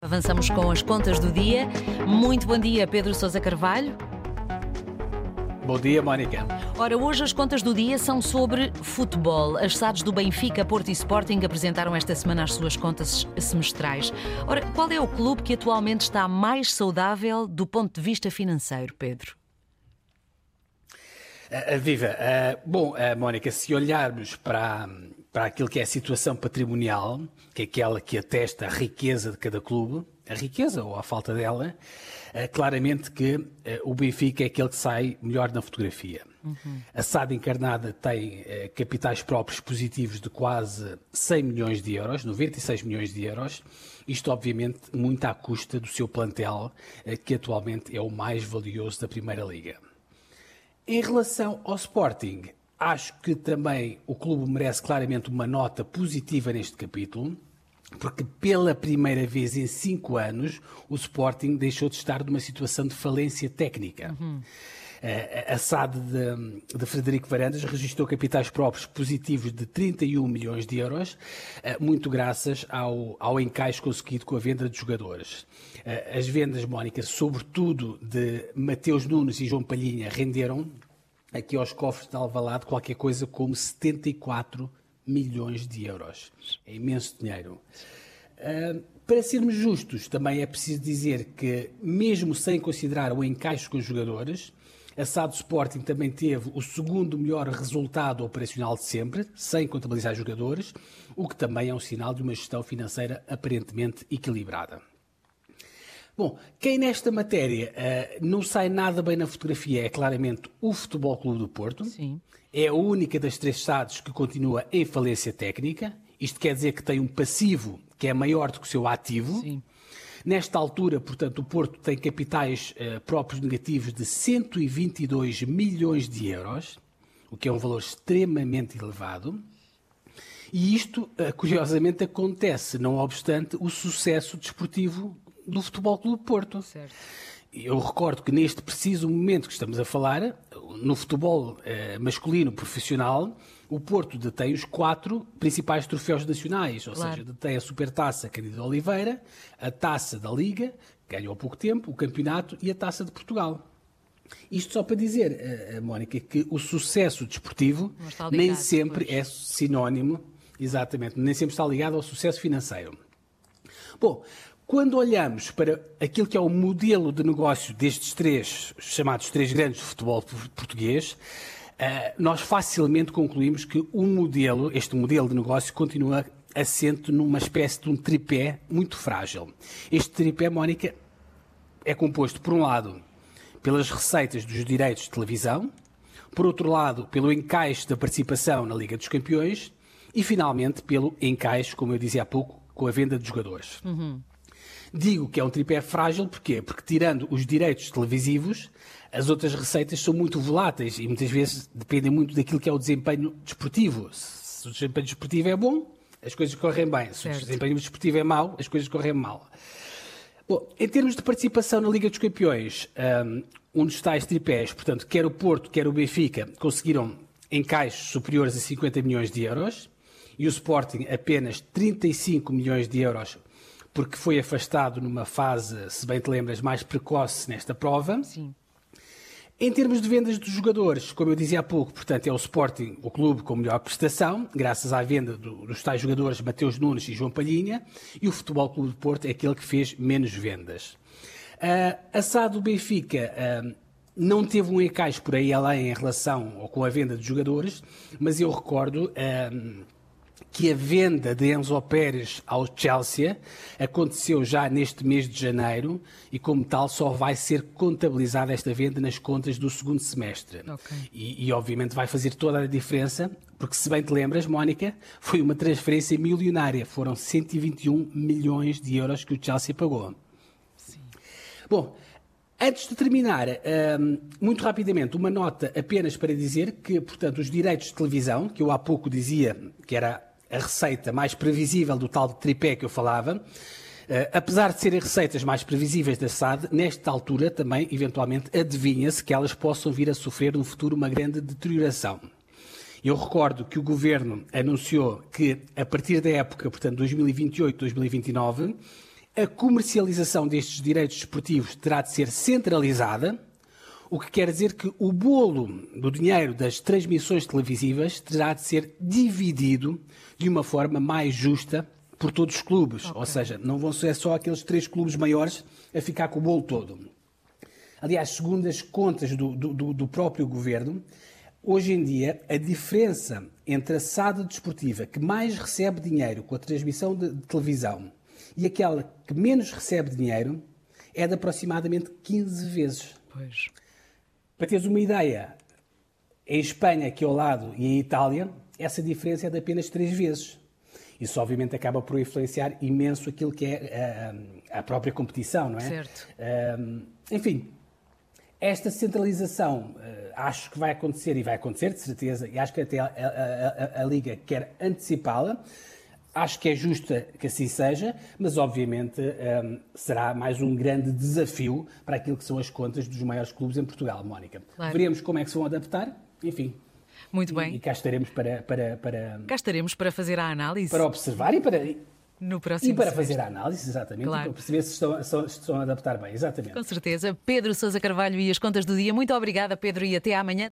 Avançamos com as contas do dia. Muito bom dia, Pedro Sousa Carvalho. Bom dia, Mónica. Ora, hoje as contas do dia são sobre futebol. As SADs do Benfica, Porto e Sporting apresentaram esta semana as suas contas semestrais. Ora, qual é o clube que atualmente está mais saudável do ponto de vista financeiro, Pedro? Viva. Bom, Mónica, se olharmos para aquilo que é a situação patrimonial, que é aquela que atesta a riqueza de cada clube, a riqueza ou a falta dela, claramente que o Benfica é aquele que sai melhor na fotografia. A SAD encarnada tem capitais próprios positivos de quase 100 milhões de euros, 96 milhões de euros, isto obviamente muito à custa do seu plantel, que atualmente é o mais valioso da Primeira Liga. Em relação ao Sporting, acho que também o clube merece claramente uma nota positiva neste capítulo, porque pela primeira vez em 5 anos o Sporting deixou de estar numa situação de falência técnica. A SAD de Frederico Varandas registrou capitais próprios positivos de 31 milhões de euros, muito graças ao encaixe conseguido com a venda de jogadores. As vendas, Mónica, sobretudo de Mateus Nunes e João Palhinha, renderam aqui aos cofres de Alvalade qualquer coisa como 74 milhões de euros. É imenso dinheiro. Para sermos justos, também é preciso dizer que, mesmo sem considerar o encaixe com os jogadores, a SAD Sporting também teve o segundo melhor resultado operacional de sempre, sem contabilizar jogadores, o que também é um sinal de uma gestão financeira aparentemente equilibrada. Bom, quem nesta matéria não sai nada bem na fotografia é claramente o Futebol Clube do Porto. Sim. É a única das 3 SADs que continua em falência técnica. Isto quer dizer que tem um passivo que é maior do que o seu ativo. Sim. Nesta altura, portanto, o Porto tem capitais próprios negativos de 122 milhões de euros, o que é um valor extremamente elevado. E isto, curiosamente, acontece, não obstante o sucesso desportivo do Futebol Clube Porto. Certo. Eu recordo que neste preciso momento que estamos a falar, no futebol masculino profissional, o Porto detém os 4 principais troféus nacionais, ou seja, detém a Supertaça Cândido Oliveira, a Taça da Liga, que ganhou há pouco tempo, o Campeonato e a Taça de Portugal. Isto só para dizer, Mónica, que o sucesso desportivo nem sempre é sinónimo, exatamente, nem sempre está ligado ao sucesso financeiro. Bom, quando olhamos para aquilo que é o modelo de negócio destes 3, chamados 3 grandes do futebol português, nós facilmente concluímos que este modelo de negócio continua assente numa espécie de um tripé muito frágil. Este tripé, Mónica, é composto, por um lado, pelas receitas dos direitos de televisão, por outro lado, pelo encaixe da participação na Liga dos Campeões e, finalmente, pelo encaixe, como eu dizia há pouco, com a venda de jogadores. Digo que é um tripé frágil, porquê? Porque tirando os direitos televisivos, as outras receitas são muito voláteis e muitas vezes dependem muito daquilo que é o desempenho desportivo. Se o desempenho desportivo é bom, as coisas correm bem. Se o desempenho desportivo é mau, as coisas correm mal. Bom, em termos de participação na Liga dos Campeões, um dos tais tripés, portanto, quer o Porto, quer o Benfica, conseguiram encaixes superiores a 50 milhões de euros e o Sporting apenas 35 milhões de euros, porque foi afastado numa fase, se bem te lembras, mais precoce nesta prova. Sim. Em termos de vendas dos jogadores, como eu dizia há pouco, portanto, é o Sporting, o clube com melhor prestação, graças à venda dos tais jogadores Mateus Nunes e João Palhinha, e o Futebol Clube de Porto é aquele que fez menos vendas. A SAD do Benfica não teve um encaixe por aí além em relação ou com a venda de jogadores, mas eu recordo que a venda de Enzo Pérez ao Chelsea aconteceu já neste mês de janeiro e, como tal, só vai ser contabilizada esta venda nas contas do segundo semestre. Okay. E, obviamente, vai fazer toda a diferença, porque, se bem te lembras, Mónica, foi uma transferência milionária. Foram 121 milhões de euros que o Chelsea pagou. Sim. Bom, antes de terminar, muito rapidamente, uma nota apenas para dizer que, portanto, os direitos de televisão, que eu há pouco dizia que era a receita mais previsível do tal tripé que eu falava, apesar de serem receitas mais previsíveis da SAD, nesta altura também, eventualmente, adivinha-se que elas possam vir a sofrer no futuro uma grande deterioração. Eu recordo que o Governo anunciou que, a partir da época, portanto, 2028-2029, A comercialização destes direitos desportivos terá de ser centralizada, o que quer dizer que o bolo do dinheiro das transmissões televisivas terá de ser dividido de uma forma mais justa por todos os clubes. Okay. Ou seja, não vão ser só aqueles 3 clubes maiores a ficar com o bolo todo. Aliás, segundo as contas do próprio governo, hoje em dia a diferença entre a SAD desportiva que mais recebe dinheiro com a transmissão de televisão e aquela que menos recebe dinheiro é de aproximadamente 15 vezes. Pois. Para teres uma ideia, em Espanha, aqui ao lado, e em Itália, essa diferença é de apenas 3 vezes. Isso, obviamente, acaba por influenciar imenso aquilo que é a própria competição, não é? Certo. Enfim, esta centralização acho que vai acontecer, e vai acontecer, de certeza, e acho que até a Liga quer antecipá-la. Acho que é justa que assim seja, mas obviamente será mais um grande desafio para aquilo que são as contas dos maiores clubes em Portugal, Mónica. Claro. Veremos como é que se vão adaptar, enfim. Muito bem. E cá estaremos para... Cá estaremos para fazer a análise. Para observar e para... No próximo fazer a análise, exatamente, claro. Para perceber se estão a adaptar bem, exatamente. Com certeza. Pedro Sousa Carvalho e as contas do dia. Muito obrigada, Pedro, e até amanhã.